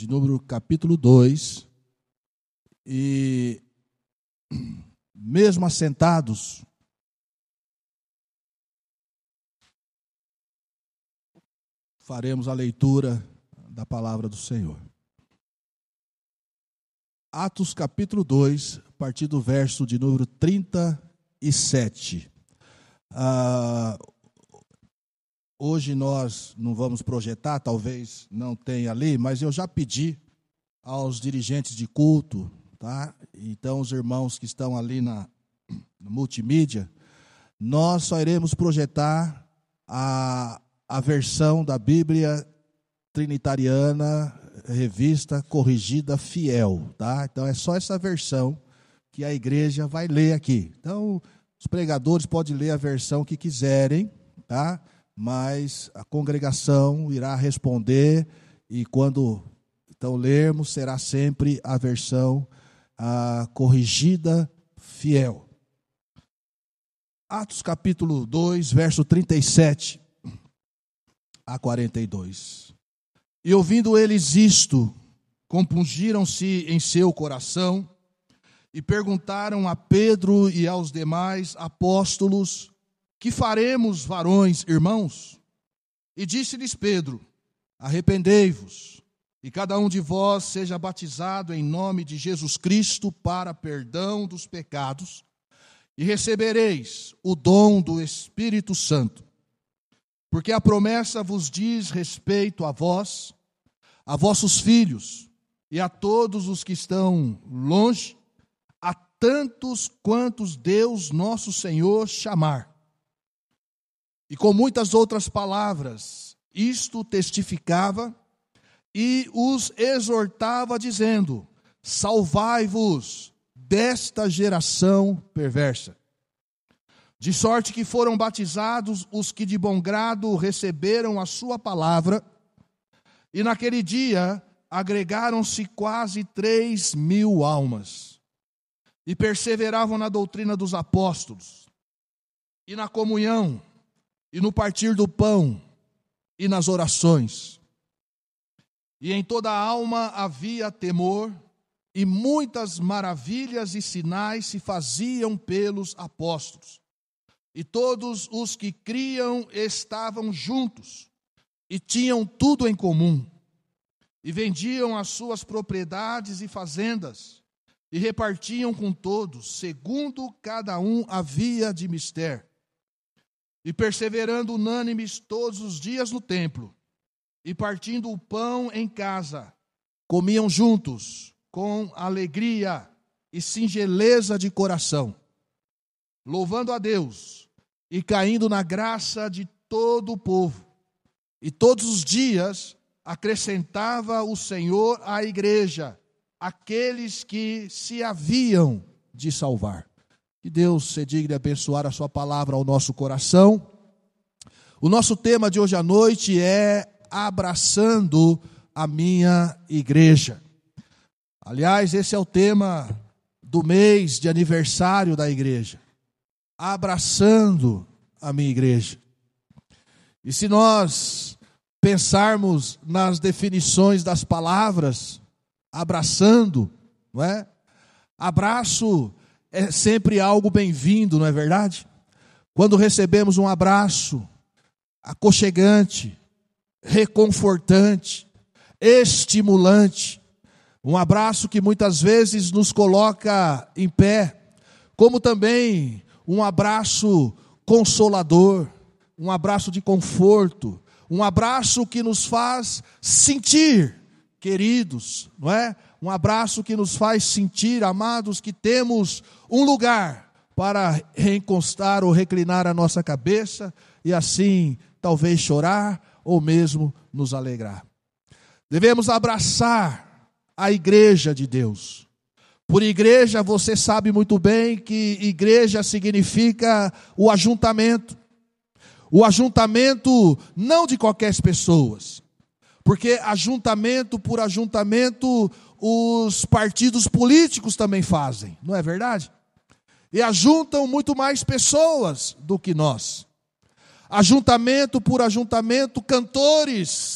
de número capítulo 2, e mesmo assentados, faremos a leitura da palavra do Senhor. Atos capítulo 2, a partir do verso de número 37. Hoje nós não vamos projetar, talvez não tenha ali, mas eu já pedi aos dirigentes de culto, tá? Então os irmãos que estão ali na multimídia, nós só iremos projetar a versão da Bíblia Trinitariana, revista corrigida fiel, tá? Então é só essa versão que a igreja vai ler aqui. Então os pregadores podem ler a versão que quiserem, tá? Mas a congregação irá responder, e quando então lermos, será sempre a versão corrigida fiel. Atos capítulo 2, verso 37 a 42. E ouvindo eles isto, compungiram-se em seu coração e perguntaram a Pedro e aos demais apóstolos: que faremos, varões, irmãos? E disse-lhes Pedro: arrependei-vos, e cada um de vós seja batizado em nome de Jesus Cristo para perdão dos pecados, e recebereis o dom do Espírito Santo. Porque a promessa vos diz respeito a vós, a vossos filhos, e a todos os que estão longe, a tantos quantos Deus nosso Senhor chamar. E com muitas outras palavras, isto testificava e os exortava, dizendo: salvai-vos desta geração perversa. De sorte que foram batizados os que de bom grado receberam a sua palavra, e naquele dia agregaram-se quase 3.000 almas, e perseveravam na doutrina dos apóstolos, e na comunhão, e no partir do pão, e nas orações. E em toda a alma havia temor, e muitas maravilhas e sinais se faziam pelos apóstolos. E todos os que criam estavam juntos, e tinham tudo em comum, e vendiam as suas propriedades e fazendas, e repartiam com todos, segundo cada um havia de mister. E perseverando unânimes todos os dias no templo, e partindo o pão em casa, comiam juntos, com alegria e singeleza de coração, louvando a Deus e caindo na graça de todo o povo. E todos os dias acrescentava o Senhor à igreja aqueles que se haviam de salvar. Que Deus se digne abençoar a sua palavra ao nosso coração. O nosso tema de hoje à noite é abraçando a minha igreja. Aliás, esse é o tema do mês de aniversário da igreja. Abraçando a minha igreja. E se nós pensarmos nas definições das palavras, abraçando, não é? Abraço é sempre algo bem-vindo, não é verdade? Quando recebemos um abraço aconchegante, reconfortante, estimulante, um abraço que muitas vezes nos coloca em pé, como também um abraço consolador, um abraço de conforto, um abraço que nos faz sentir queridos, não é? Um abraço que nos faz sentir, amados, que temos um lugar para reencostar ou reclinar a nossa cabeça e assim talvez chorar ou mesmo nos alegrar. Devemos abraçar a igreja de Deus. Por igreja, você sabe muito bem que igreja significa o ajuntamento. O ajuntamento não de qualquer pessoas, porque ajuntamento por ajuntamento os partidos políticos também fazem, não é verdade? E ajuntam muito mais pessoas do que nós. Ajuntamento por ajuntamento, cantores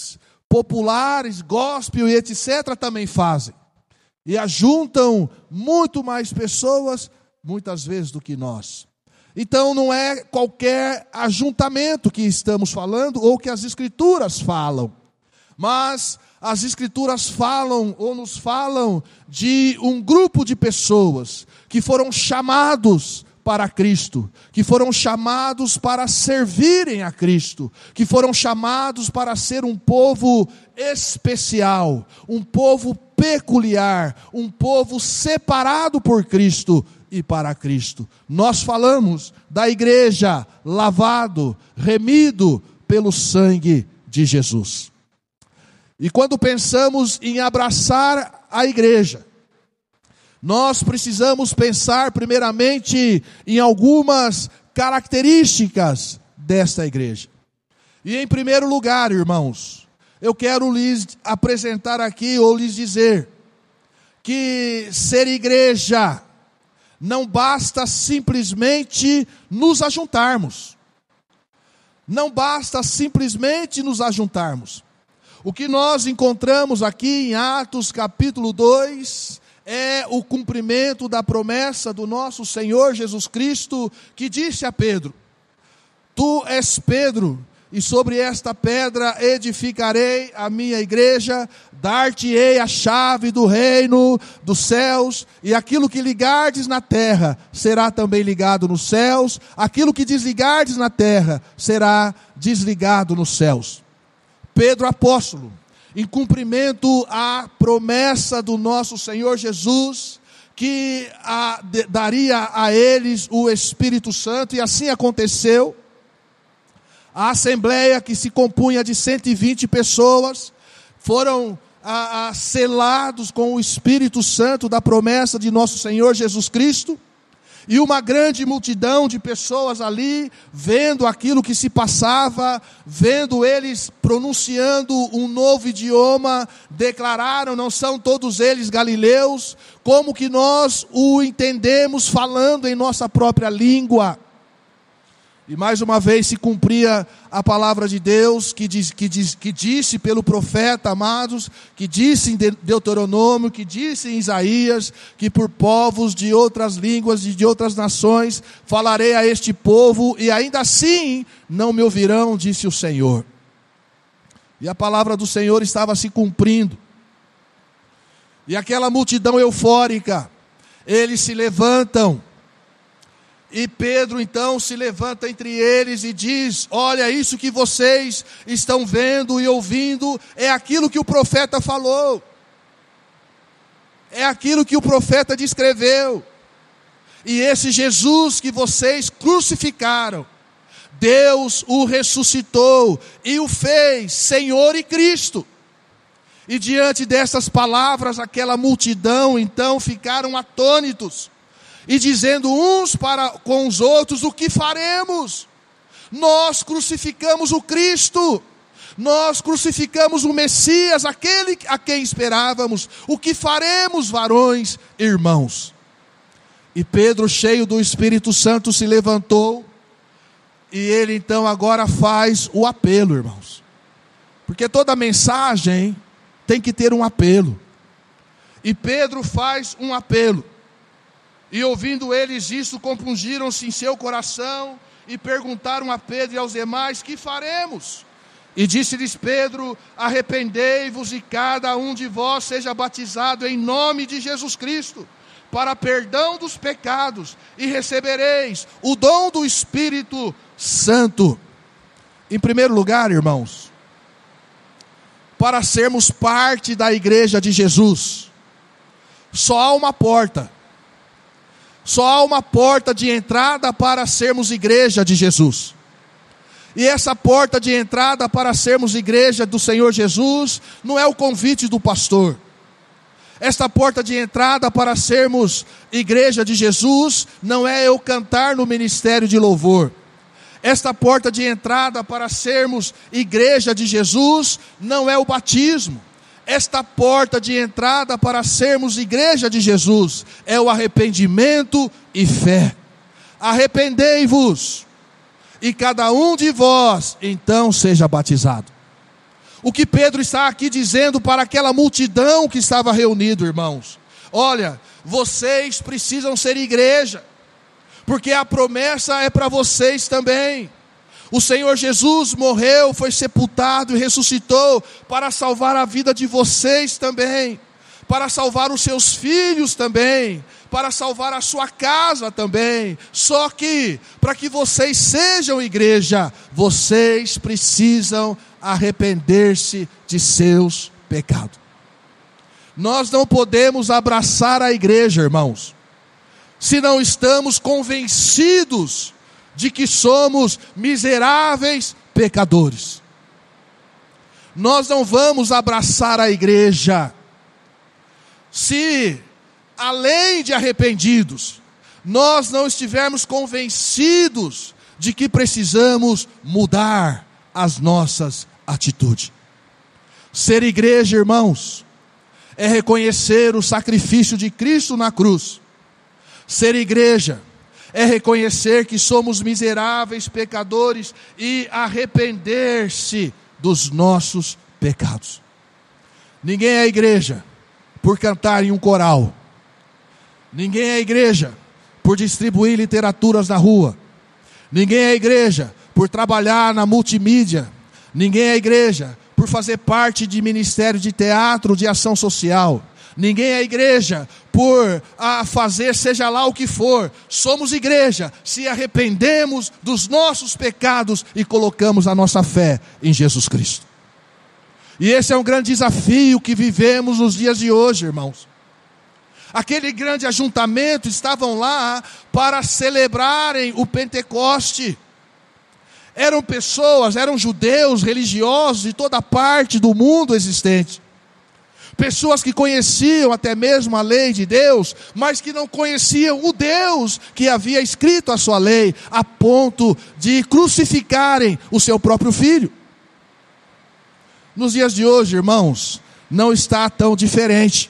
populares, gospel e etc. também fazem. E ajuntam muito mais pessoas, muitas vezes, do que nós. Então não é qualquer ajuntamento que estamos falando, ou que as Escrituras falam. Mas as Escrituras falam, ou nos falam, de um grupo de pessoas que foram chamados para Cristo, que foram chamados para servirem a Cristo, que foram chamados para ser um povo especial, um povo peculiar, um povo separado por Cristo e para Cristo. Nós falamos da igreja lavado, remido pelo sangue de Jesus. E quando pensamos em abraçar a igreja, nós precisamos pensar primeiramente em algumas características desta igreja. E em primeiro lugar, irmãos, eu quero lhes apresentar aqui, ou lhes dizer, que ser igreja não basta simplesmente nos ajuntarmos. Não basta simplesmente nos ajuntarmos. O que nós encontramos aqui em Atos capítulo 2 é o cumprimento da promessa do nosso Senhor Jesus Cristo, que disse a Pedro: Tu és Pedro, e sobre esta pedra edificarei a minha igreja, dar-te-ei a chave do reino dos céus, e aquilo que ligardes na terra será também ligado nos céus, aquilo que desligardes na terra será desligado nos céus. Pedro apóstolo, em cumprimento à promessa do nosso Senhor Jesus, que daria a eles o Espírito Santo, e assim aconteceu. A assembleia, que se compunha de 120 pessoas, foram selados com o Espírito Santo da promessa de nosso Senhor Jesus Cristo. E uma grande multidão de pessoas ali, vendo aquilo que se passava, vendo eles pronunciando um novo idioma, declararam: não são todos eles galileus? Como que nós o entendemos falando em nossa própria língua? E mais uma vez se cumpria a palavra de Deus, que disse pelo profeta, amados, que disse em Deuteronômio, que disse em Isaías, que por povos de outras línguas e de outras nações falarei a este povo, e ainda assim não me ouvirão, disse o Senhor. E a palavra do Senhor estava se cumprindo. E aquela multidão eufórica, eles se levantam. E Pedro então se levanta entre eles e diz: olha, isso que vocês estão vendo e ouvindo é aquilo que o profeta falou. É aquilo que o profeta descreveu. E esse Jesus que vocês crucificaram, Deus o ressuscitou e o fez Senhor e Cristo. E diante dessas palavras, aquela multidão então ficaram atônitos. E dizendo uns para com os outros: o que faremos? Nós crucificamos o Cristo, nós crucificamos o Messias, aquele a quem esperávamos. O que faremos, varões, irmãos? E Pedro, cheio do Espírito Santo, se levantou, e ele então agora faz o apelo, irmãos. Porque toda mensagem tem que ter um apelo. E Pedro faz um apelo. E ouvindo eles isso, compungiram-se em seu coração e perguntaram a Pedro e aos demais: que faremos? E disse-lhes Pedro: arrependei-vos e cada um de vós seja batizado em nome de Jesus Cristo, para perdão dos pecados, e recebereis o dom do Espírito Santo. Em primeiro lugar, irmãos, para sermos parte da igreja de Jesus, só há uma porta. Só há uma porta de entrada para sermos igreja de Jesus. E essa porta de entrada para sermos igreja do Senhor Jesus não é o convite do pastor. Esta porta de entrada para sermos igreja de Jesus não é eu cantar no ministério de louvor. Esta porta de entrada para sermos igreja de Jesus não é o batismo. Esta porta de entrada para sermos igreja de Jesus é o arrependimento e fé. Arrependei-vos, e cada um de vós então seja batizado. O que Pedro está aqui dizendo para aquela multidão que estava reunida, irmãos: olha, vocês precisam ser igreja, porque a promessa é para vocês também. O Senhor Jesus morreu, foi sepultado e ressuscitou para salvar a vida de vocês também, para salvar os seus filhos também, para salvar a sua casa também. Só que, para que vocês sejam igreja, vocês precisam arrepender-se de seus pecados. Nós não podemos abraçar a igreja, irmãos, se não estamos convencidos de que somos miseráveis pecadores. Nós não vamos abraçar a igreja se, além de arrependidos, nós não estivermos convencidos de que precisamos mudar as nossas atitudes. Ser igreja, irmãos, é reconhecer o sacrifício de Cristo na cruz. Ser igreja é reconhecer que somos miseráveis pecadores e arrepender-se dos nossos pecados. Ninguém é igreja por cantar em um coral. Ninguém é igreja por distribuir literaturas na rua. Ninguém é igreja por trabalhar na multimídia. Ninguém é igreja por fazer parte de ministério de teatro, de ação social. Ninguém é igreja por fazer seja lá o que for. Somos igreja se arrependemos dos nossos pecados e colocamos a nossa fé em Jesus Cristo. E esse é um grande desafio que vivemos nos dias de hoje, irmãos. Aquele grande ajuntamento estavam lá para celebrarem o Pentecoste. Eram pessoas, eram judeus, religiosos de toda parte do mundo existente. Pessoas que conheciam até mesmo a lei de Deus, mas que não conheciam o Deus que havia escrito a sua lei, a ponto de crucificarem o seu próprio filho. Nos dias de hoje, irmãos, não está tão diferente.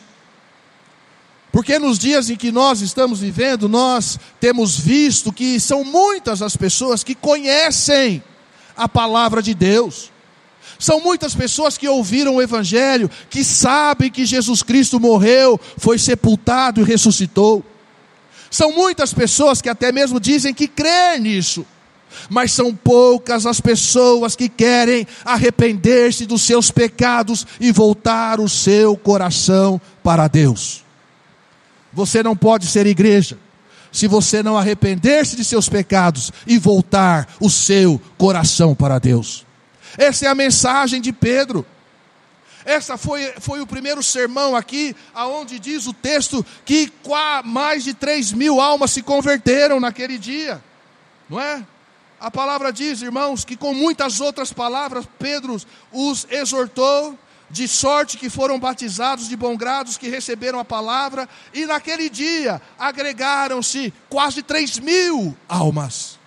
Porque nos dias em que nós estamos vivendo, nós temos visto que são muitas as pessoas que conhecem a palavra de Deus. São muitas pessoas que ouviram o Evangelho, que sabem que Jesus Cristo morreu, foi sepultado e ressuscitou. São muitas pessoas que até mesmo dizem que creem nisso. Mas são poucas as pessoas que querem arrepender-se dos seus pecados e voltar o seu coração para Deus. Você não pode ser igreja se você não arrepender-se de seus pecados e voltar o seu coração para Deus. Essa é a mensagem de Pedro. Essa foi o primeiro sermão aqui, aonde diz o texto que mais de 3.000 almas se converteram naquele dia. Não é? A palavra diz, irmãos, que com muitas outras palavras, Pedro os exortou, de sorte que foram batizados de bom grado, que receberam a palavra, e naquele dia agregaram-se quase 3.000 almas.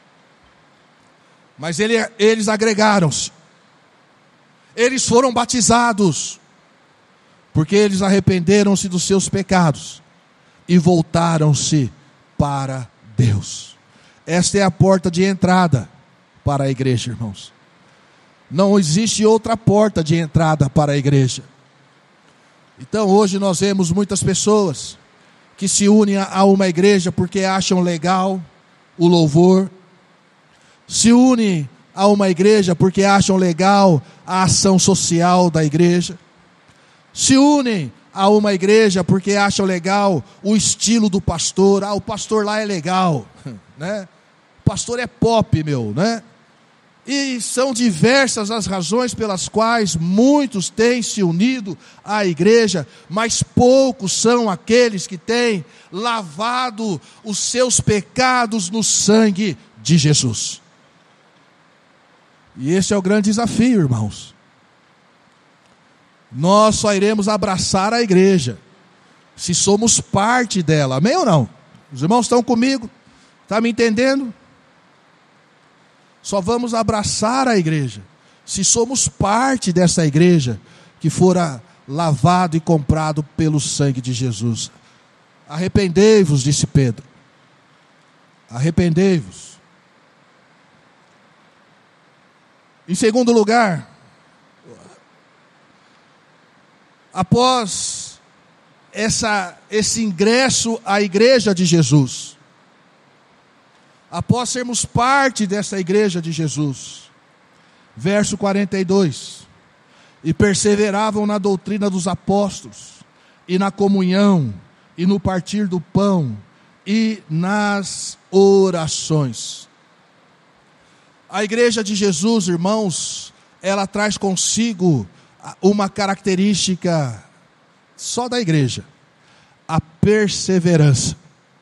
Mas eles agregaram-se, eles foram batizados, porque eles arrependeram-se dos seus pecados e voltaram-se para Deus. Esta é a porta de entrada para a igreja, irmãos. Não existe outra porta de entrada para a igreja. Então hoje nós vemos muitas pessoas que se unem a uma igreja porque acham legal o louvor, se unem a uma igreja porque acham legal a ação social da igreja, se unem a uma igreja porque acham legal o estilo do pastor. O pastor lá é legal, né? O pastor é pop, né? E são diversas as razões pelas quais muitos têm se unido à igreja, mas poucos são aqueles que têm lavado os seus pecados no sangue de Jesus. E esse é o grande desafio, irmãos. Nós só iremos abraçar a igreja se somos parte dela, amém ou não? Os irmãos estão comigo? Está me entendendo? Só vamos abraçar a igreja se somos parte dessa igreja que fora lavado e comprado pelo sangue de Jesus. Arrependei-vos, disse Pedro. Arrependei-vos. Em segundo lugar, após esse ingresso à igreja de Jesus, após sermos parte dessa igreja de Jesus, verso 42, e perseveravam na doutrina dos apóstolos, e na comunhão, e no partir do pão, e nas orações. A igreja de Jesus, irmãos, ela traz consigo uma característica só da igreja: a perseverança.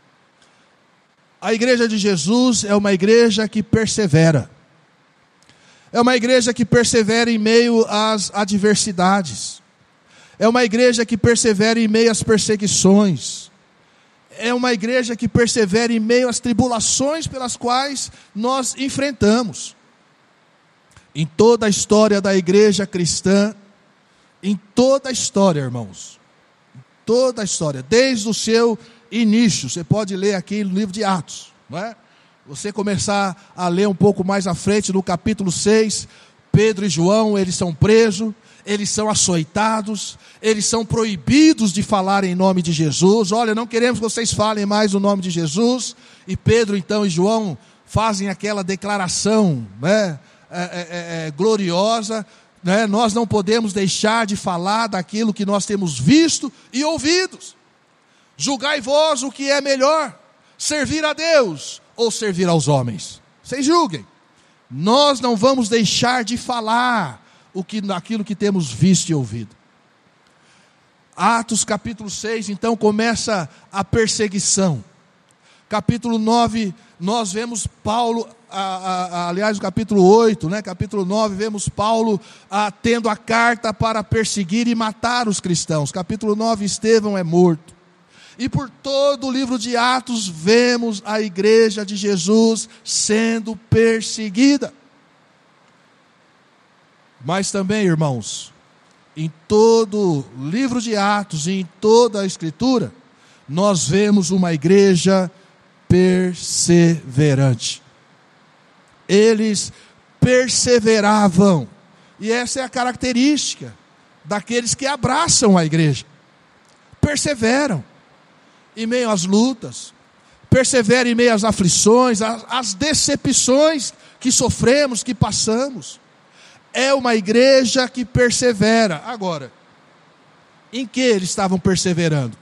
A igreja de Jesus é uma igreja que persevera. É uma igreja que persevera em meio às adversidades. É uma igreja que persevera em meio às perseguições. É uma igreja que persevera em meio às tribulações pelas quais nós enfrentamos. Em toda a história da igreja cristã, em toda a história, irmãos, toda a história, desde o seu início, você pode ler aqui no livro de Atos, não é? Você começar a ler um pouco mais à frente, no capítulo 6, Pedro e João, eles são presos, eles são açoitados, eles são proibidos de falar em nome de Jesus. Olha, não queremos que vocês falem mais o nome de Jesus. E Pedro então e João fazem aquela declaração, né, gloriosa, né? Nós não podemos deixar de falar daquilo que nós temos visto e ouvidos. Julgai vós o que é melhor, servir a Deus ou servir aos homens. Vocês julguem. Nós não vamos deixar de falar aquilo que temos visto e ouvido. Atos capítulo 6, então começa a perseguição. Capítulo 9, nós vemos Paulo, aliás, no capítulo 8, né, capítulo 9, vemos Paulo tendo a carta para perseguir e matar os cristãos. Capítulo 9, Estevão é morto. E por todo o livro de Atos vemos a igreja de Jesus sendo perseguida. Mas também, irmãos, em todo o livro de Atos e em toda a Escritura, nós vemos uma igreja perseverante. Eles perseveravam. E essa é a característica daqueles que abraçam a igreja. Perseveram em meio às lutas, persevera em meio às aflições, às decepções que sofremos, que passamos. É uma igreja que persevera. Agora, em que eles estavam perseverando?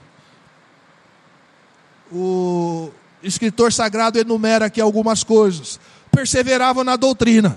O escritor sagrado enumera aqui algumas coisas. Perseveravam na doutrina.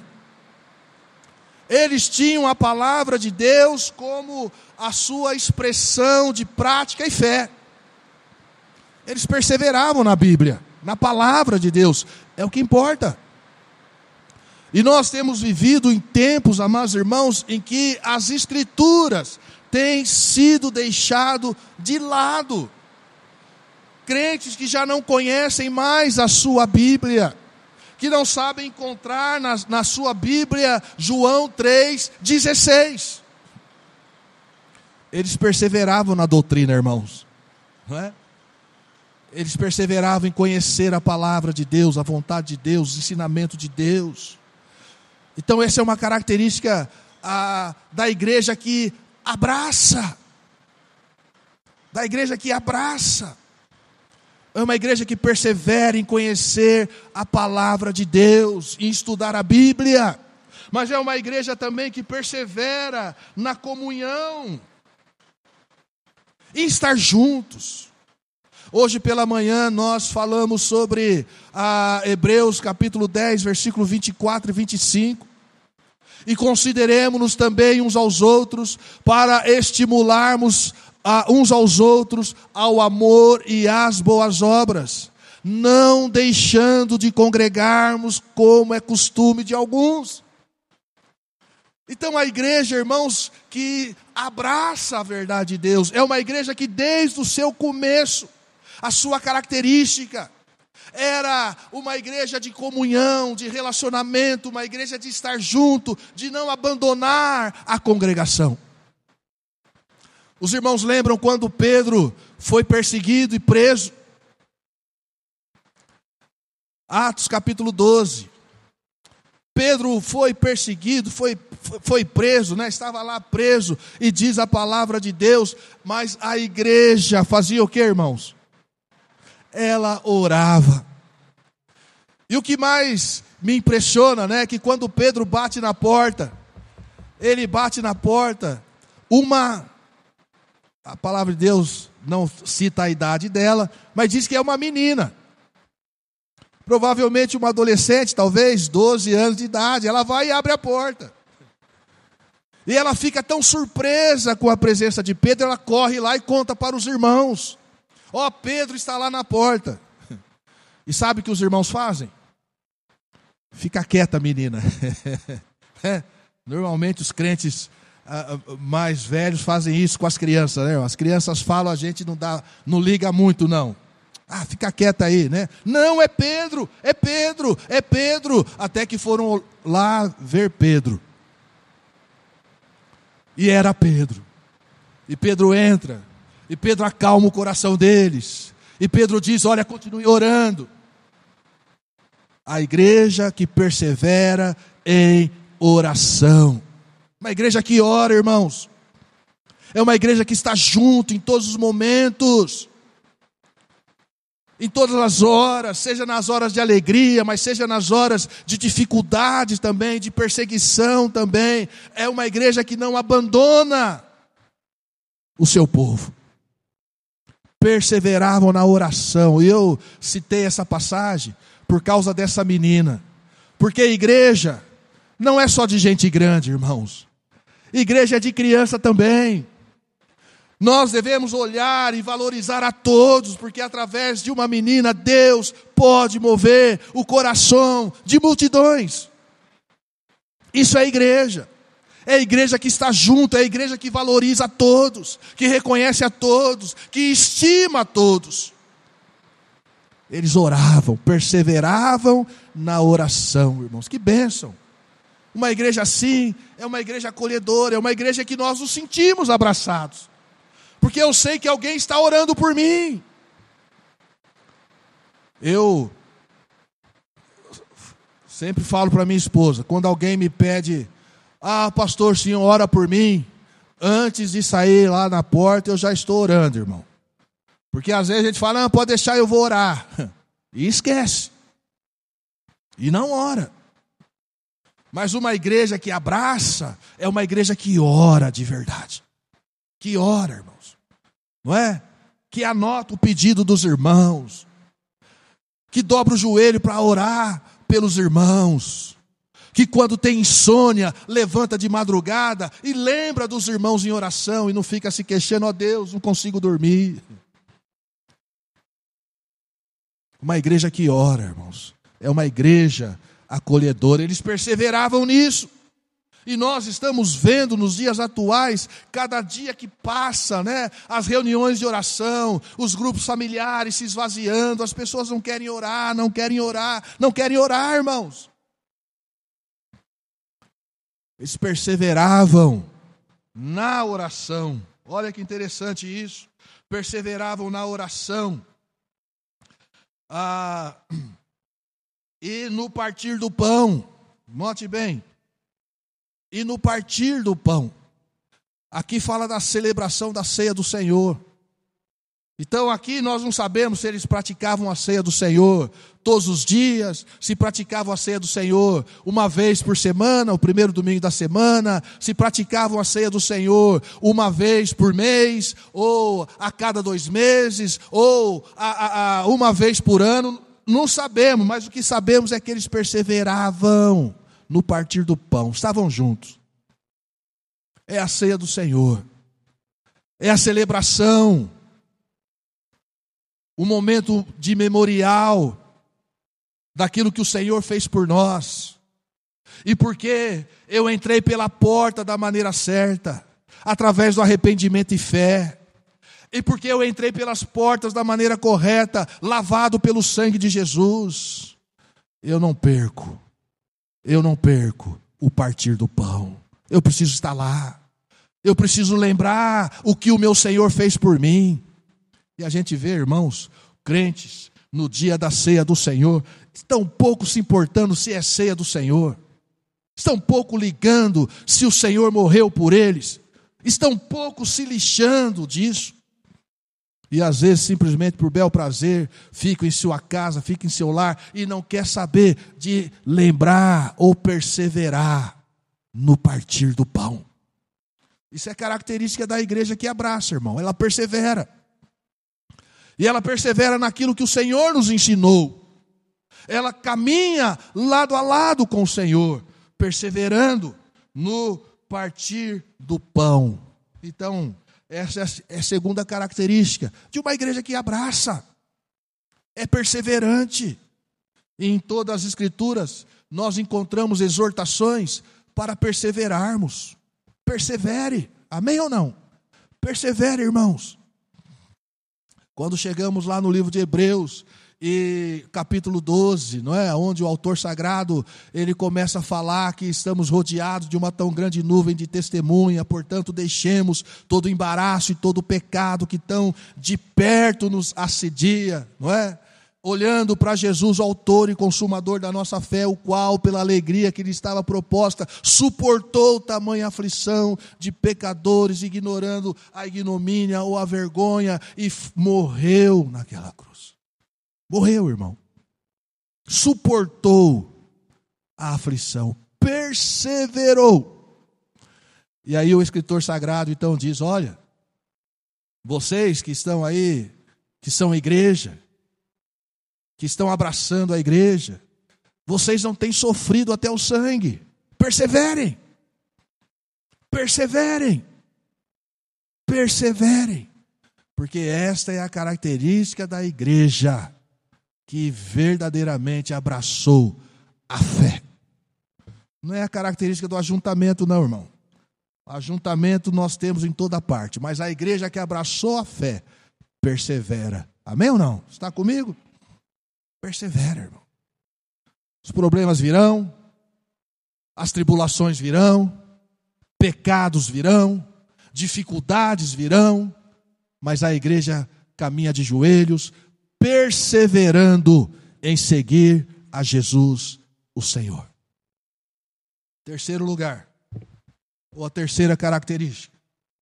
Eles tinham a palavra de Deus como a sua expressão de prática e fé. Eles perseveravam na Bíblia, na palavra de Deus, é o que importa. E nós temos vivido em tempos, amados irmãos, em que as Escrituras têm sido deixado de lado. Crentes que já não conhecem mais a sua Bíblia, que não sabem encontrar na sua Bíblia João 3,16. Eles perseveravam na doutrina, irmãos, não é? Eles perseveravam em conhecer a palavra de Deus, a vontade de Deus, o ensinamento de Deus. Então essa é uma característica da igreja que abraça. Da igreja que abraça. É uma igreja que persevera em conhecer a palavra de Deus, em estudar a Bíblia. Mas é uma igreja também que persevera na comunhão, em estar juntos. Hoje pela manhã nós falamos sobre Hebreus capítulo 10, versículo 24 e 25. E consideremos-nos também uns aos outros para estimularmos uns aos outros ao amor e às boas obras, não deixando de congregarmos como é costume de alguns. Então a igreja, irmãos, que abraça a verdade de Deus, é uma igreja que desde o seu começo, a sua característica era uma igreja de comunhão, de relacionamento, uma igreja de estar junto, de não abandonar a congregação. Os irmãos lembram quando Pedro foi perseguido e preso? Atos capítulo 12. Pedro foi perseguido, foi preso, né? Estava lá preso, e diz a palavra de Deus, mas a igreja fazia o que, irmãos? Ela orava. E o que mais me impressiona, né, que quando Pedro bate na porta, ele bate na porta, a palavra de Deus não cita a idade dela, mas diz que é uma menina. Provavelmente uma adolescente, talvez 12 anos de idade. Ela vai e abre a porta. E ela fica tão surpresa com a presença de Pedro, ela corre lá e conta para os irmãos. Ó, Pedro está lá na porta. E sabe o que os irmãos fazem? Fica quieta, menina. Normalmente os crentes mais velhos fazem isso com as crianças, né? As crianças falam, a gente não liga muito, não. Ah, fica quieta aí, né? Não, é Pedro, é Pedro, é Pedro. Até que foram lá ver Pedro. E era Pedro. E Pedro entra. E Pedro acalma o coração deles. E Pedro diz, olha, continue orando. A igreja que persevera em oração. Uma igreja que ora, irmãos. É uma igreja que está junto em todos os momentos. Em todas as horas, seja nas horas de alegria, mas seja nas horas de dificuldades também, de perseguição também. É uma igreja que não abandona o seu povo. Perseveravam na oração. E eu citei essa passagem por causa dessa menina. Porque a igreja não é só de gente grande, irmãos. Igreja é de criança também. Nós devemos olhar e valorizar a todos, porque através de uma menina, Deus pode mover o coração de multidões. Isso é igreja. É a igreja que está junto, é a igreja que valoriza a todos, que reconhece a todos, que estima a todos. Eles oravam, perseveravam na oração, irmãos. Que bênção. Uma igreja assim é uma igreja acolhedora, é uma igreja que nós nos sentimos abraçados. Porque eu sei que alguém está orando por mim. Eu sempre falo para minha esposa, quando alguém me pede, pastor, o senhor ora por mim, antes de sair lá na porta eu já estou orando, irmão. Porque às vezes a gente fala, não, pode deixar, eu vou orar. E esquece. E não ora. Mas uma igreja que abraça, é uma igreja que ora de verdade. Que ora, irmãos. Não é? Que anota o pedido dos irmãos. Que dobra o joelho para orar pelos irmãos. Que quando tem insônia, levanta de madrugada e lembra dos irmãos em oração e não fica se queixando, ó Deus, não consigo dormir. Uma igreja que ora, irmãos. É uma igreja acolhedora. Eles perseveravam nisso. E nós estamos vendo nos dias atuais, cada dia que passa, né, as reuniões de oração, os grupos familiares se esvaziando, as pessoas não querem orar, não querem orar, irmãos. Eles perseveravam na oração. Olha que interessante isso. Perseveravam na oração. E no partir do pão. Note bem. E no partir do pão. Aqui fala da celebração da ceia do Senhor. Então aqui nós não sabemos se eles praticavam a ceia do Senhor todos os dias, se praticavam a ceia do Senhor uma vez por semana, o primeiro domingo da semana, se praticavam a ceia do Senhor uma vez por mês, ou a cada 2 meses, ou uma vez por ano. Não sabemos, mas o que sabemos é que eles perseveravam no partir do pão, estavam juntos. É a ceia do Senhor, é a celebração, o momento de memorial daquilo que o Senhor fez por nós. E porque eu entrei pela porta da maneira certa, através do arrependimento e fé, e porque eu entrei pelas portas da maneira correta, lavado pelo sangue de Jesus, eu não perco o partir do pão. Eu preciso estar lá. Eu preciso lembrar o que o meu Senhor fez por mim. E a gente vê, irmãos, crentes, no dia da ceia do Senhor, tão pouco se importando se é ceia do Senhor. Estão pouco ligando se o Senhor morreu por eles. Estão pouco se lixando disso. E às vezes, simplesmente por bel prazer, ficam em sua casa, ficam em seu lar e não quer saber de lembrar ou perseverar no partir do pão. Isso é característica da igreja que abraça, irmão. Ela persevera. E ela persevera naquilo que o Senhor nos ensinou. Ela caminha lado a lado com o Senhor, perseverando no partir do pão. Então, essa é a segunda característica de uma igreja que abraça. É perseverante. E em todas as Escrituras, nós encontramos exortações para perseverarmos. Persevere. Amém ou não? Persevere, irmãos. Quando chegamos lá no livro de Hebreus, e capítulo 12, não é? Onde o autor sagrado, ele começa a falar que estamos rodeados de uma tão grande nuvem de testemunha, portanto deixemos todo o embaraço e todo o pecado que tão de perto nos assedia, não é? Olhando para Jesus, o autor e consumador da nossa fé, o qual, pela alegria que lhe estava proposta, suportou tamanha aflição de pecadores, ignorando a ignomínia ou a vergonha, e morreu naquela cruz. Morreu, irmão. Suportou a aflição, perseverou. E aí o escritor sagrado então diz: olha, vocês que estão aí, que são igreja, que estão abraçando a igreja, vocês não têm sofrido até o sangue. Perseverem. Perseverem. Perseverem. Porque esta é a característica da igreja que verdadeiramente abraçou a fé. Não é a característica do ajuntamento, não, irmão. Ajuntamento nós temos em toda parte, mas a igreja que abraçou a fé persevera. Amém ou não? Está comigo? Persevera, irmão. Os problemas virão, as tribulações virão, pecados virão, dificuldades virão, mas a igreja caminha de joelhos, perseverando em seguir a Jesus, o Senhor. Terceiro lugar, ou a terceira característica.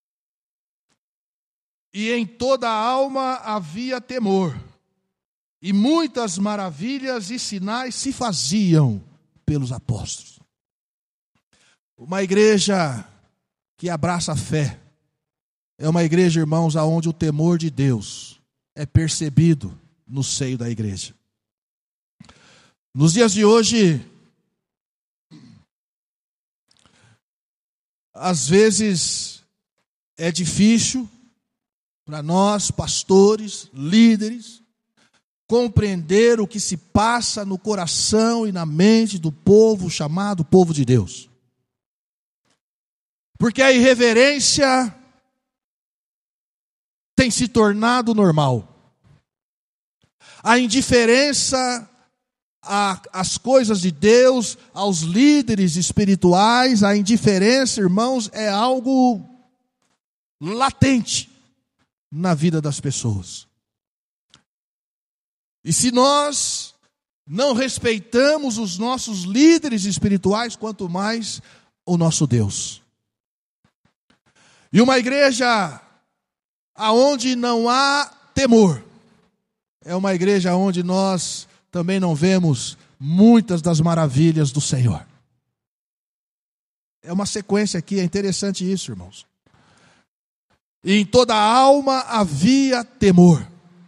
E em toda a alma havia temor, e muitas maravilhas e sinais se faziam pelos apóstolos. Uma igreja que abraça a fé é uma igreja, irmãos, aonde o temor de Deus é percebido no seio da igreja. Nos dias de hoje, às vezes é difícil para nós, pastores, líderes, compreender o que se passa no coração e na mente do povo chamado povo de Deus. Porque a irreverência tem se tornado normal. A indiferença às coisas de Deus, aos líderes espirituais, a indiferença, irmãos, é algo latente na vida das pessoas. E se nós não respeitamos os nossos líderes espirituais, quanto mais o nosso Deus. E uma igreja aonde não há temor é uma igreja onde nós também não vemos muitas das maravilhas do Senhor. É uma sequência aqui, é interessante isso, irmãos. E em toda a alma havia temor.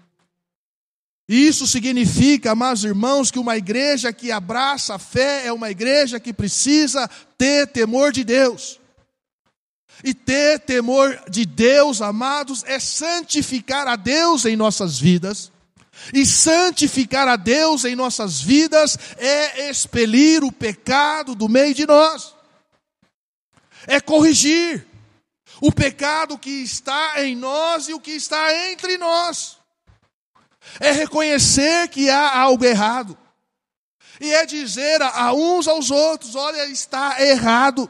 E isso significa, amados irmãos, que uma igreja que abraça a fé é uma igreja que precisa ter temor de Deus. E ter temor de Deus, amados, é santificar a Deus em nossas vidas. E santificar a Deus em nossas vidas é expelir o pecado do meio de nós. É corrigir o pecado que está em nós e o que está entre nós. É reconhecer que há algo errado. E é dizer a uns aos outros: olha, está errado.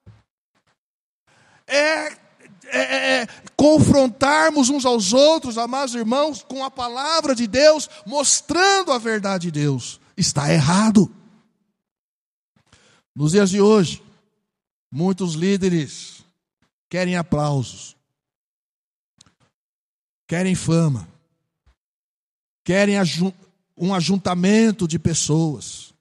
Confrontarmos uns aos outros, amados irmãos, com a palavra de Deus, mostrando a verdade de Deus. Está errado. Nos dias de hoje, muitos líderes querem aplausos, querem fama, querem um ajuntamento de pessoas.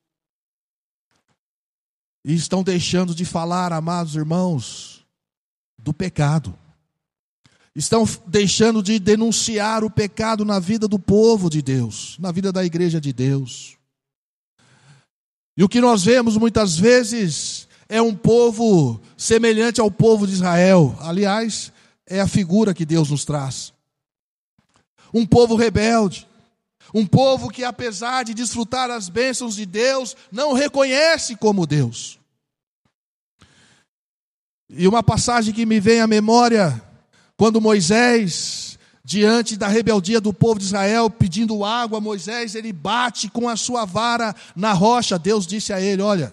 E estão deixando de falar, amados irmãos, do pecado. Estão deixando de denunciar o pecado na vida do povo de Deus, na vida da igreja de Deus. E o que nós vemos muitas vezes é um povo semelhante ao povo de Israel. Aliás, é a figura que Deus nos traz. Um povo rebelde. Um povo que, apesar de desfrutar as bênçãos de Deus, não reconhece como Deus. E uma passagem que me vem à memória, quando Moisés, diante da rebeldia do povo de Israel, pedindo água, Moisés, ele bate com a sua vara na rocha. Deus disse a ele: olha,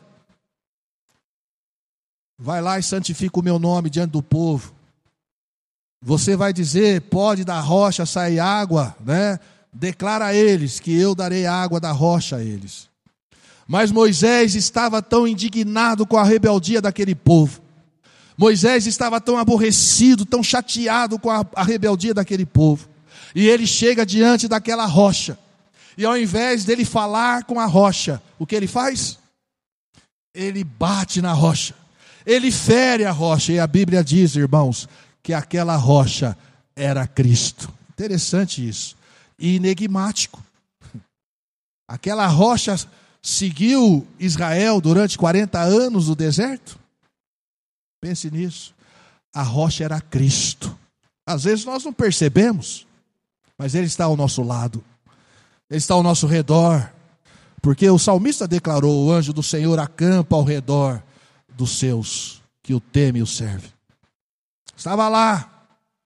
vai lá e santifica o meu nome diante do povo. Você vai dizer, pode da rocha sair água, né? Declara a eles que eu darei água da rocha a eles. Mas Moisés estava tão indignado com a rebeldia daquele povo. Moisés estava tão aborrecido, tão chateado com a rebeldia daquele povo. E ele chega diante daquela rocha. E ao invés dele falar com a rocha, o que ele faz? Ele bate na rocha. Ele fere a rocha. E a Bíblia diz, irmãos, que aquela rocha era Cristo. Interessante isso. E enigmático. Aquela rocha seguiu Israel durante 40 anos no deserto? Pense nisso. A rocha era Cristo. Às vezes nós não percebemos, mas Ele está ao nosso lado. Ele está ao nosso redor. Porque o salmista declarou: o anjo do Senhor acampa ao redor dos seus que o temem e o servem. Estava lá.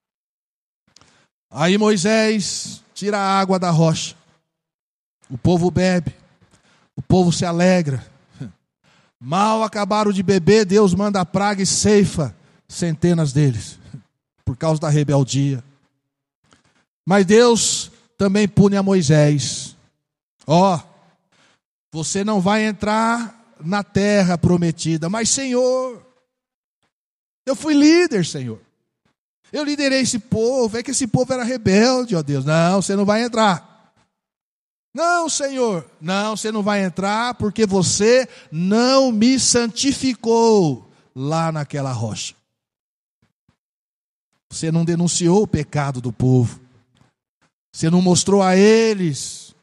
Aí Moisés tira a água da rocha. O povo bebe. O povo se alegra. Mal acabaram de beber, Deus manda a praga e ceifa centenas deles, por causa da rebeldia. Mas Deus também pune a Moisés. Você não vai entrar na terra prometida. Mas Senhor, eu fui líder, Senhor. Eu liderei esse povo, é que esse povo era rebelde, ó Deus. Não, você não vai entrar. Não, Senhor, não, você não vai entrar porque você não me santificou lá naquela rocha. Você não denunciou o pecado do povo. Você não mostrou a eles.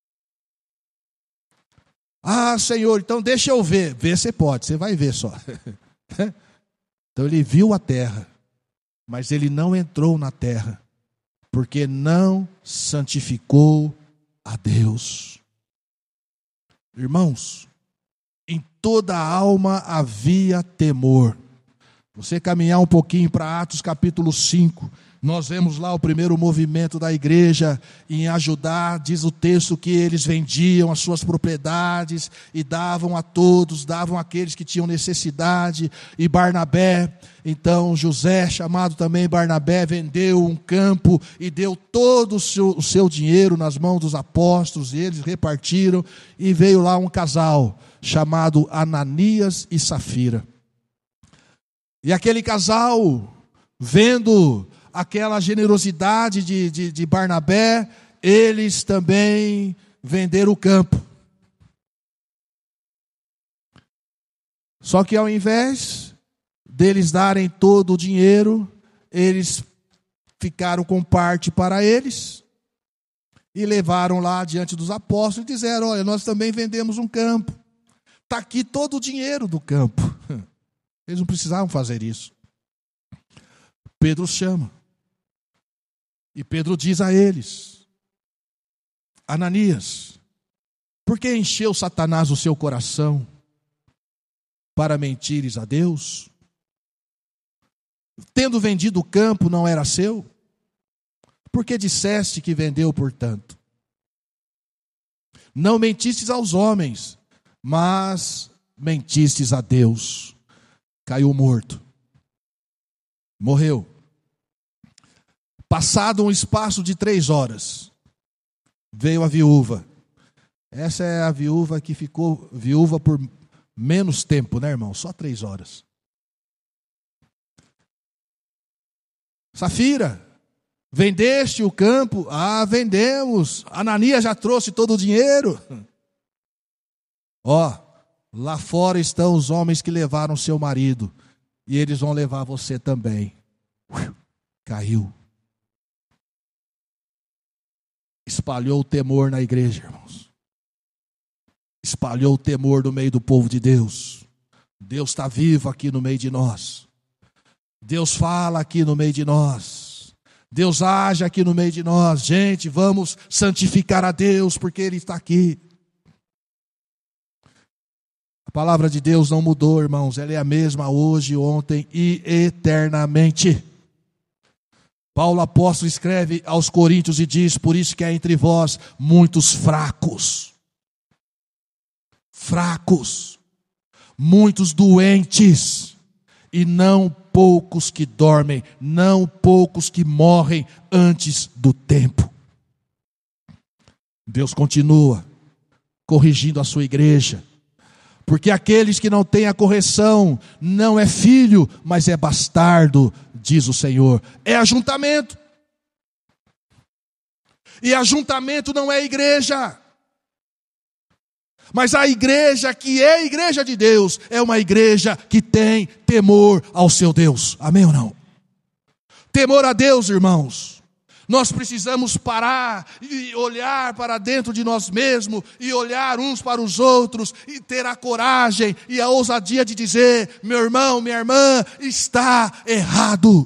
Ah, Senhor, então deixa eu ver. Ver você pode, você vai ver só. Então ele viu a terra, mas ele não entrou na terra, porque não santificou a Deus. Irmãos, em toda a alma havia temor. Você caminhar um pouquinho para Atos capítulo 5, nós vemos lá o primeiro movimento da igreja em ajudar. Diz o texto que eles vendiam as suas propriedades e davam a todos, davam àqueles que tinham necessidade. E Barnabé, então José, chamado também Barnabé, vendeu um campo e deu todo o seu dinheiro nas mãos dos apóstolos, e eles repartiram, e veio lá um casal chamado Ananias e Safira. E aquele casal, vendo aquela generosidade de Barnabé, eles também venderam o campo. Só que ao invés deles darem todo o dinheiro, eles ficaram com parte para eles e levaram lá diante dos apóstolos e disseram: olha, nós também vendemos um campo. Está aqui todo o dinheiro do campo. Eles não precisavam fazer isso. Pedro chama. E Pedro diz a eles: Ananias, por que encheu Satanás o seu coração para mentires a Deus? Tendo vendido o campo, não era seu? Por que disseste que vendeu por tanto? Não mentistes aos homens, mas mentistes a Deus. Caiu morto. Morreu. Passado um espaço de 3 horas, veio a viúva. Essa é a viúva que ficou viúva por Menos tempo, né, irmão? Só 3 horas. Safira, vendeste o campo? Ah, vendemos. Ananias já trouxe todo o dinheiro. Ó, lá fora estão os homens que levaram seu marido, e eles vão levar você também. Caiu. Espalhou o temor na igreja, irmãos. Espalhou o temor no meio do povo de Deus. Deus está vivo aqui no meio de nós. Deus fala aqui no meio de nós. Deus age aqui no meio de nós. Gente, vamos santificar a Deus, porque Ele está aqui. A palavra de Deus não mudou, irmãos. Ela é a mesma hoje, ontem e eternamente. Paulo apóstolo escreve aos Coríntios e diz: por isso que há entre vós muitos fracos. Fracos. Muitos doentes. E não poucos que dormem, não poucos que morrem antes do tempo. Deus continua corrigindo a sua igreja, porque aqueles que não têm a correção não é filho, mas é bastardo, diz o Senhor. É ajuntamento. E ajuntamento não é igreja. Mas a igreja que é a igreja de Deus é uma igreja que tem temor ao seu Deus. Amém ou não? Temor a Deus, irmãos. Nós precisamos parar e olhar para dentro de nós mesmos e olhar uns para os outros e ter a coragem e a ousadia de dizer: meu irmão, minha irmã, está errado.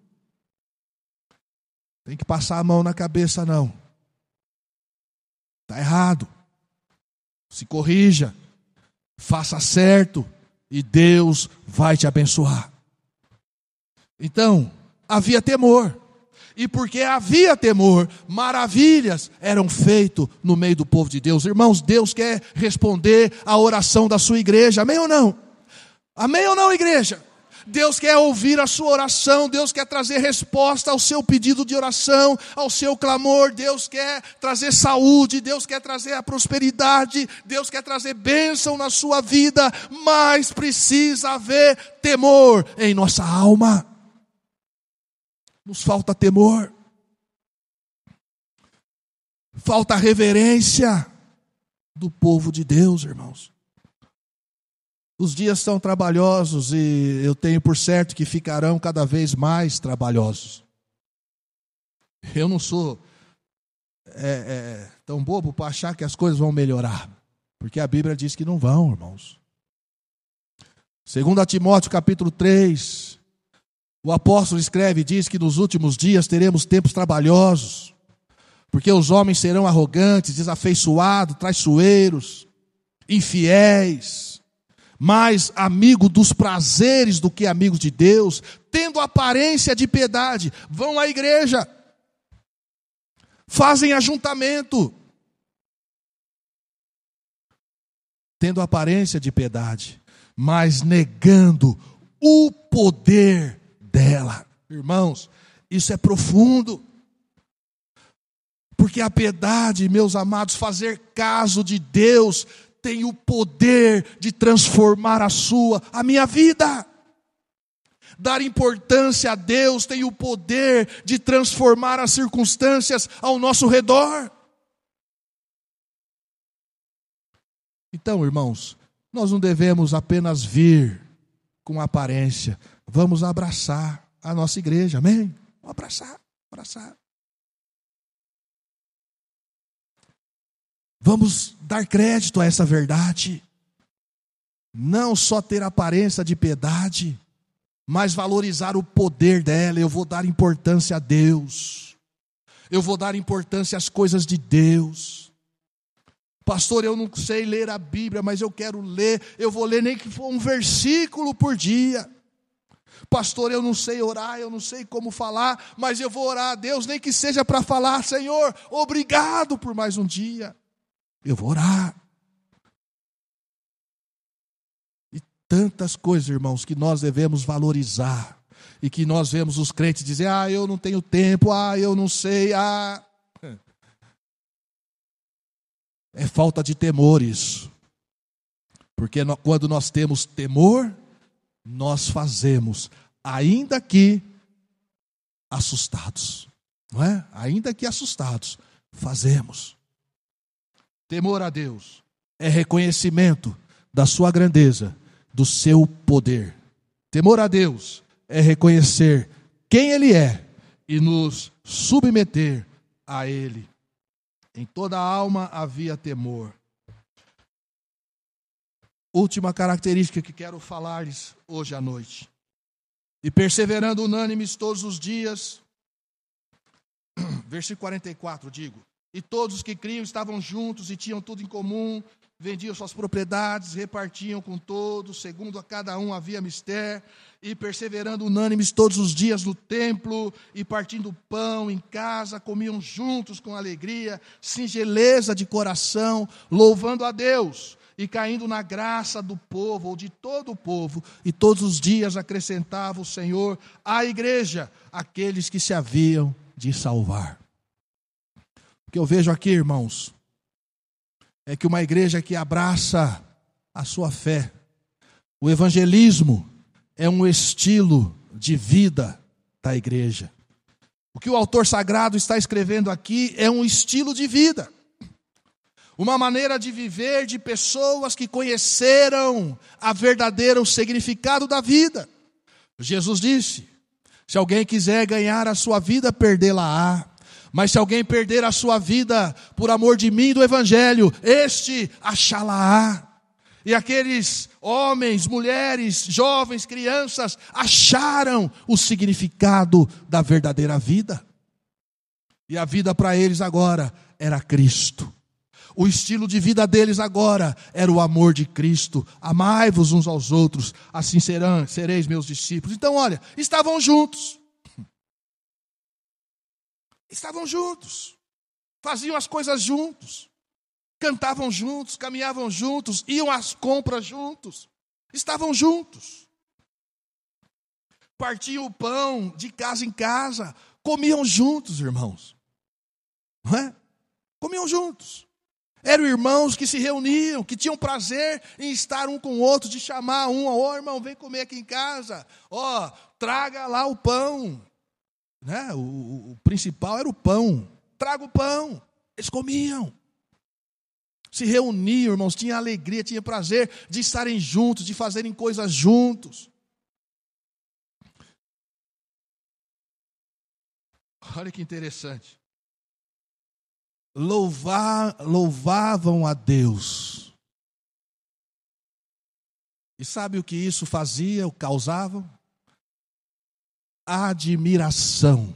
Tem que passar a mão na cabeça, não. Está errado. Se corrija, faça certo e Deus vai te abençoar. Então, havia temor. E porque havia temor, maravilhas eram feitas no meio do povo de Deus. Irmãos, Deus quer responder à oração da sua igreja. Amém ou não? Amém ou não, igreja? Deus quer ouvir a sua oração, Deus quer trazer resposta ao seu pedido de oração, ao seu clamor. Deus quer trazer saúde, Deus quer trazer a prosperidade, Deus quer trazer bênção na sua vida, mas precisa haver temor em nossa alma. Nos falta temor, falta reverência do povo de Deus, irmãos. Os dias são trabalhosos e eu tenho por certo que ficarão cada vez mais trabalhosos. Eu não sou tão bobo para achar que as coisas vão melhorar, porque a Bíblia diz que não vão, irmãos. 2 Timóteo capítulo 3, o apóstolo escreve e diz que nos últimos dias teremos tempos trabalhosos, porque os homens serão arrogantes, desafeiçoados, traiçoeiros, infiéis, mais amigos dos prazeres do que amigos de Deus, tendo aparência de piedade, vão à igreja, fazem ajuntamento, tendo aparência de piedade, mas negando o poder dela. Irmãos, isso é profundo. Porque a piedade, meus amados, fazer caso de Deus, tem o poder de transformar a minha vida. Dar importância a Deus tem o poder de transformar as circunstâncias ao nosso redor. Então, irmãos, nós não devemos apenas vir com aparência. Vamos abraçar a nossa igreja, amém? Vamos abraçar. Vamos dar crédito a essa verdade. Não só ter aparência de piedade, mas valorizar o poder dela. Eu vou dar importância a Deus. Eu vou dar importância às coisas de Deus. Pastor, eu não sei ler a Bíblia, mas eu quero ler. Eu vou ler nem que for um versículo por dia. Pastor, eu não sei orar, eu não sei como falar, mas eu vou orar a Deus, nem que seja para falar: Senhor, obrigado por mais um dia. Eu vou orar. E tantas coisas, irmãos, que nós devemos valorizar. E que nós vemos os crentes dizer: eu não tenho tempo, eu não sei, É falta de temor isso. Porque quando nós temos temor, nós fazemos, ainda que assustados. Não é? Ainda que assustados, fazemos. Temor a Deus é reconhecimento da sua grandeza, do seu poder. Temor a Deus é reconhecer quem Ele é e nos submeter a Ele. Em toda a alma havia temor. Última característica que quero falar-lhes hoje à noite. E perseverando unânimes todos os dias, versículo 44, digo. E todos os que criam estavam juntos e tinham tudo em comum, vendiam suas propriedades, repartiam com todos, segundo a cada um havia mister, e perseverando unânimes todos os dias no templo, e partindo pão em casa, comiam juntos com alegria, singeleza de coração, louvando a Deus, e caindo na graça do povo, ou de todo o povo, e todos os dias acrescentava o Senhor à igreja aqueles que se haviam de salvar. O que eu vejo aqui, irmãos, é que uma igreja que abraça a sua fé, o evangelismo é um estilo de vida da igreja. O que o autor sagrado está escrevendo aqui é um estilo de vida, uma maneira de viver de pessoas que conheceram o significado da vida. Jesus disse: se alguém quiser ganhar a sua vida, perdê-la-á. Mas se alguém perder a sua vida por amor de mim e do Evangelho, este achá-la-á. E aqueles homens, mulheres, jovens, crianças, acharam o significado da verdadeira vida. E a vida para eles agora era Cristo. O estilo de vida deles agora era o amor de Cristo. Amai-vos uns aos outros, assim sereis meus discípulos. Então, olha, estavam juntos. Estavam juntos, faziam as coisas juntos, cantavam juntos, caminhavam juntos, iam às compras juntos, estavam juntos. Partiam o pão de casa em casa, comiam juntos, irmãos. Não é? Comiam juntos. Eram irmãos que se reuniam, que tinham prazer em estar um com o outro, de chamar um, irmão, vem comer aqui em casa, traga lá o pão. Né? O principal era o pão. Traga o pão. Eles comiam. Se reuniam, irmãos, tinham alegria, tinham prazer de estarem juntos, de fazerem coisas juntos. Olha que interessante. Louvavam a Deus. E sabe o que isso fazia, causava? Admiração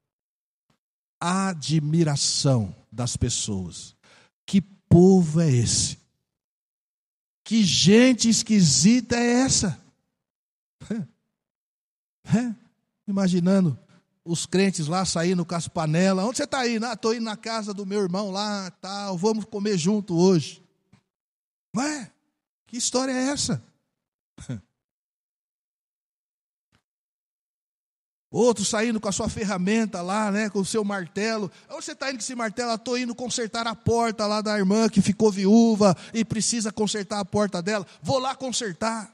das pessoas. Que povo é esse? Que gente esquisita é essa? Imaginando os crentes lá saindo com as panelas. Onde você está indo? Estou indo na casa do meu irmão lá, tal. Vamos comer junto hoje. Ué, que história é essa? Outro saindo com a sua ferramenta lá, né, com o seu martelo. Onde você está indo com esse martelo? Estou indo consertar a porta lá da irmã que ficou viúva e precisa consertar a porta dela. Vou lá consertar.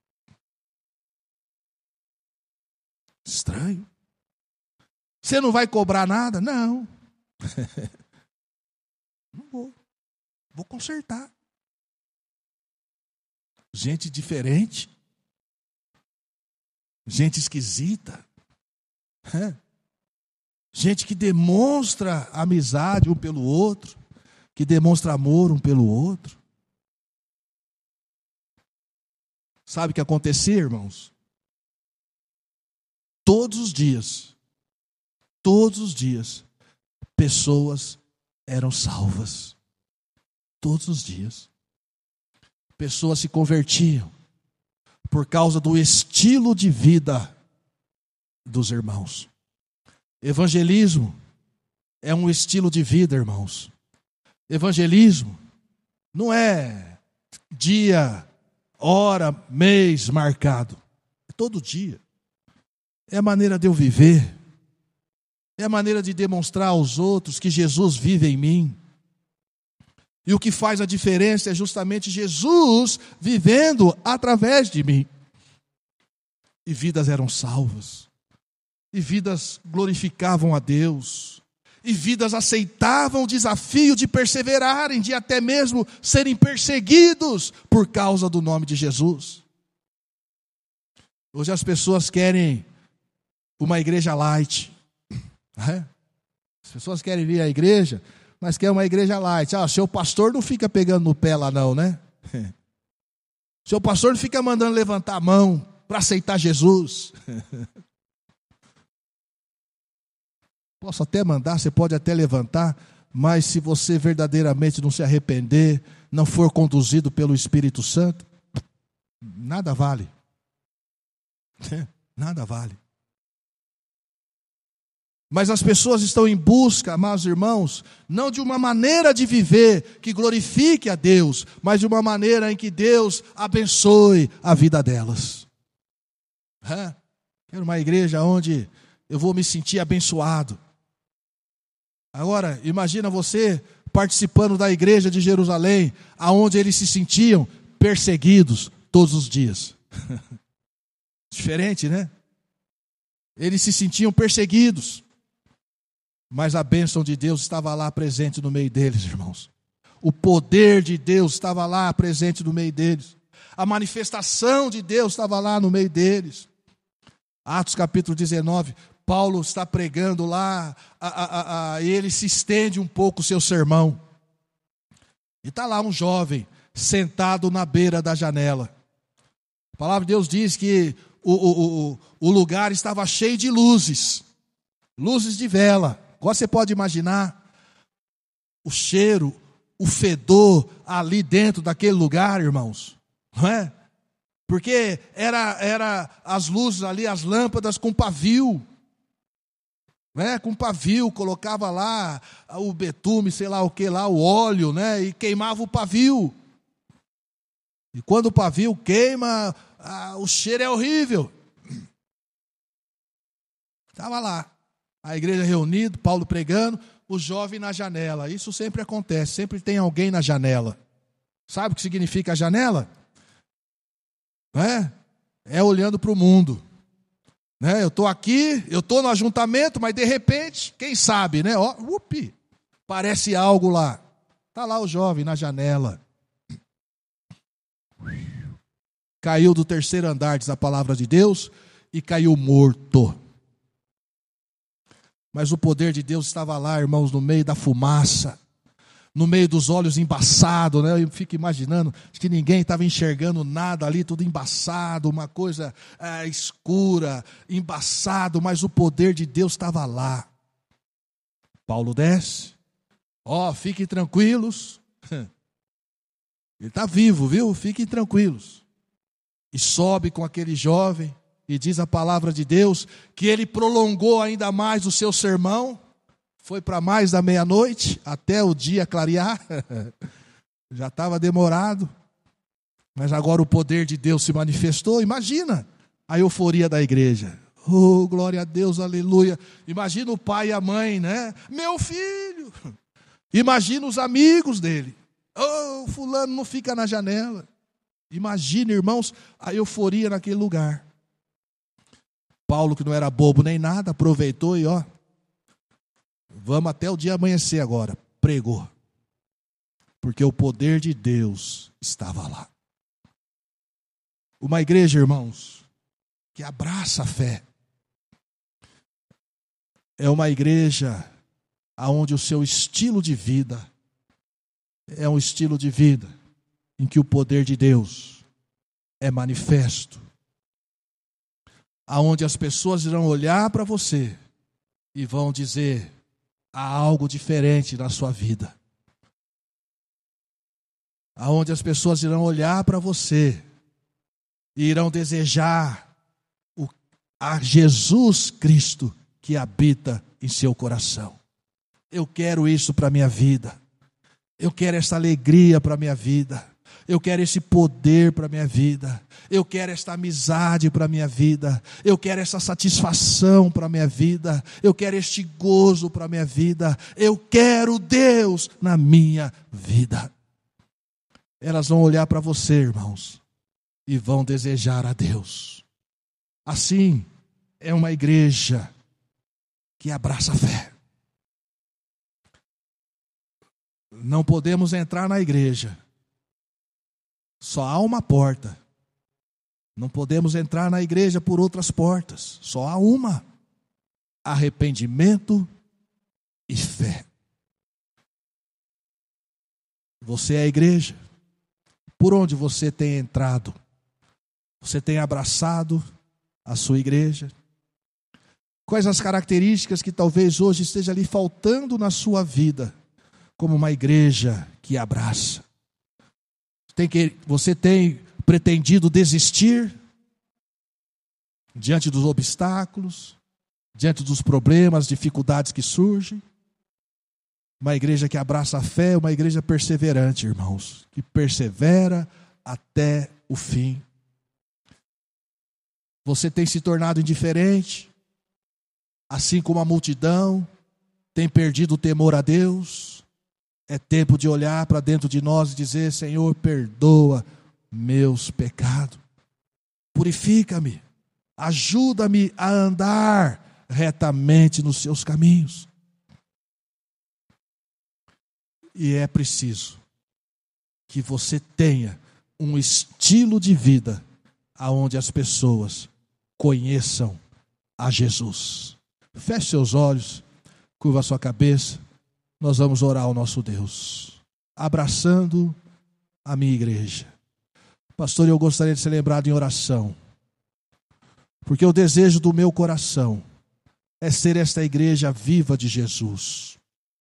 Estranho. Você não vai cobrar nada? Não. Não vou. Vou consertar. Gente diferente. Gente esquisita. Gente que demonstra amizade um pelo outro, que demonstra amor um pelo outro. Sabe o que acontecia, irmãos? Todos os dias, pessoas eram salvas. Todos os dias. Pessoas se convertiam por causa do estilo de vida dos irmãos. Evangelismo é um estilo de vida, irmãos. Evangelismo não é dia, hora, mês marcado. É todo dia. É a maneira de eu viver. É a maneira de demonstrar aos outros que Jesus vive em mim. E o que faz a diferença é justamente Jesus vivendo através de mim. E vidas eram salvas. E vidas glorificavam a Deus. E vidas aceitavam o desafio de perseverarem, de até mesmo serem perseguidos por causa do nome de Jesus. Hoje as pessoas querem uma igreja light. As pessoas querem vir à igreja, mas querem uma igreja light. Seu pastor não fica pegando no pé lá não, né? Seu pastor não fica mandando levantar a mão para aceitar Jesus. Posso até mandar, você pode até levantar, mas se você verdadeiramente não se arrepender, não for conduzido pelo Espírito Santo, nada vale. Nada vale. Mas as pessoas estão em busca, amados irmãos, não de uma maneira de viver que glorifique a Deus, mas de uma maneira em que Deus abençoe a vida delas. Quero uma igreja onde eu vou me sentir abençoado. Agora, imagina você participando da igreja de Jerusalém, aonde eles se sentiam perseguidos todos os dias. Diferente, né? Eles se sentiam perseguidos, mas a bênção de Deus estava lá presente no meio deles, irmãos. O poder de Deus estava lá presente no meio deles. A manifestação de Deus estava lá no meio deles. Atos capítulo 19, Paulo está pregando lá, e ele se estende um pouco o seu sermão. E está lá um jovem sentado na beira da janela. A palavra de Deus diz que o lugar estava cheio de luzes, luzes de vela. Agora você pode imaginar o cheiro, o fedor ali dentro daquele lugar, irmãos, não é? Porque era as luzes ali, as lâmpadas com pavio, né? Com pavio, colocava lá o betume, sei lá o que lá, o óleo, né? E queimava o pavio. E quando o pavio queima, o cheiro é horrível. Estava lá, a igreja reunida, Paulo pregando, o jovem na janela. Isso sempre acontece, sempre tem alguém na janela. Sabe o que significa a janela? É olhando para o mundo. Eu estou aqui, eu estou no ajuntamento, mas de repente, quem sabe, né? Parece algo lá. Está lá o jovem na janela. Caiu do terceiro andar, diz a palavra de Deus, e caiu morto. Mas o poder de Deus estava lá, irmãos, no meio da fumaça, no meio dos olhos embaçados, né? Eu fico imaginando que ninguém estava enxergando nada ali, tudo embaçado, uma coisa escura, embaçado, mas o poder de Deus estava lá. Paulo desce, fiquem tranquilos, ele está vivo, viu? Fiquem tranquilos. E sobe com aquele jovem, e diz a palavra de Deus, que ele prolongou ainda mais o seu sermão, foi para mais da meia-noite, até o dia clarear, já estava demorado, mas agora o poder de Deus se manifestou. Imagina a euforia da igreja, glória a Deus, aleluia. Imagina o pai e a mãe, né? Meu filho, imagina os amigos dele, fulano não fica na janela. Imagina, irmãos, a euforia naquele lugar. Paulo, que não era bobo nem nada, aproveitou e vamos até o dia amanhecer agora. Pregou. Porque o poder de Deus estava lá. Uma igreja, irmãos, que abraça a fé. É uma igreja onde o seu estilo de vida é um estilo de vida em que o poder de Deus é manifesto. Aonde as pessoas irão olhar para você e vão dizer: há algo diferente na sua vida. Aonde as pessoas irão olhar para você e irão desejar a Jesus Cristo que habita em seu coração. Eu quero isso para a minha vida. Eu quero essa alegria para a minha vida. Eu quero esse poder para a minha vida. Eu quero esta amizade para a minha vida. Eu quero essa satisfação para a minha vida. Eu quero este gozo para a minha vida. Eu quero Deus na minha vida. Elas vão olhar para você, irmãos, e vão desejar a Deus. Assim é uma igreja que abraça a fé. Não podemos entrar na igreja. Só há uma porta. Não podemos entrar na igreja por outras portas. Só há uma: arrependimento e fé. Você é a igreja. Por onde você tem entrado? Você tem abraçado a sua igreja? Quais as características que talvez hoje esteja ali faltando na sua vida, como uma igreja que abraça? Você tem pretendido desistir diante dos obstáculos, diante dos problemas, dificuldades que surgem? Uma igreja que abraça a fé é uma igreja perseverante, irmãos, que persevera até o fim. Você tem se tornado indiferente, assim como a multidão, tem perdido o temor a Deus. É tempo de olhar para dentro de nós e dizer: Senhor, perdoa meus pecados. Purifica-me. Ajuda-me a andar retamente nos seus caminhos. E é preciso que você tenha um estilo de vida aonde as pessoas conheçam a Jesus. Feche seus olhos, curva a sua cabeça. Nós vamos orar ao nosso Deus, abraçando a minha igreja. Pastor, eu gostaria de ser lembrado em oração, porque o desejo do meu coração é ser esta igreja viva de Jesus.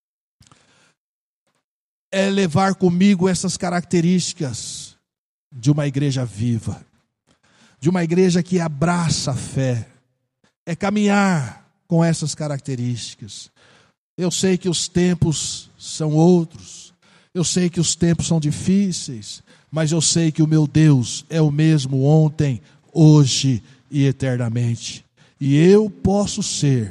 É levar comigo essas características de uma igreja viva, de uma igreja que abraça a fé. É caminhar com essas características. Eu sei que os tempos são outros, eu sei que os tempos são difíceis, mas eu sei que o meu Deus é o mesmo ontem, hoje e eternamente. E eu posso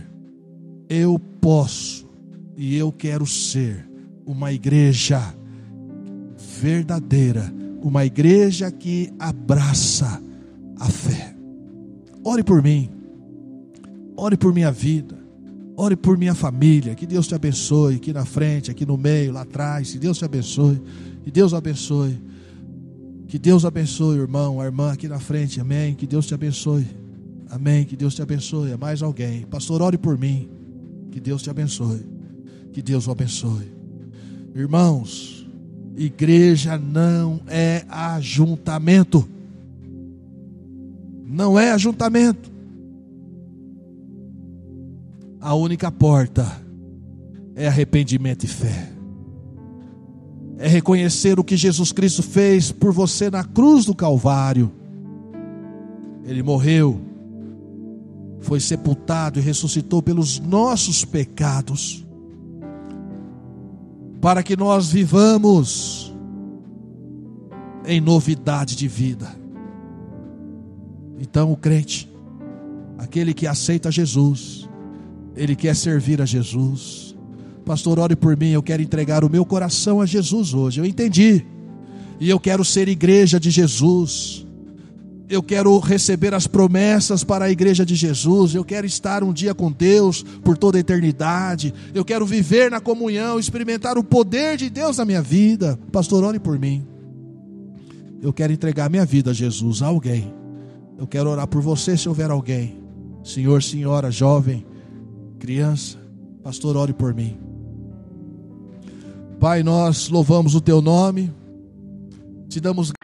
e eu quero ser uma igreja verdadeira, uma igreja que abraça a fé. Ore por mim, ore por minha vida, ore por minha família. Que Deus te abençoe, aqui na frente, aqui no meio, lá atrás. Que Deus te abençoe, que Deus abençoe. Que Deus abençoe o irmão, a irmã aqui na frente, amém. Que Deus te abençoe, amém. Que Deus te abençoe. É mais alguém? Pastor, ore por mim. Que Deus te abençoe, que Deus o abençoe. Irmãos, igreja não é ajuntamento. Não é ajuntamento. A única porta é arrependimento e fé. É reconhecer o que Jesus Cristo fez por você na cruz do Calvário. Ele morreu, foi sepultado e ressuscitou pelos nossos pecados, para que nós vivamos em novidade de vida. Então o crente, aquele que aceita Jesus, ele quer servir a Jesus. Pastor, ore por mim, eu quero entregar o meu coração a Jesus hoje. Eu entendi, e eu quero ser igreja de Jesus. Eu quero receber as promessas para a igreja de Jesus. Eu quero estar um dia com Deus por toda a eternidade. Eu quero viver na comunhão, experimentar o poder de Deus na minha vida. Pastor, ore por mim. Eu quero entregar minha vida a Jesus, a alguém. Eu quero orar por você se houver alguém. Senhor, senhora, jovem, criança. Pastor, ore por mim. Pai, nós louvamos o teu nome. Te damos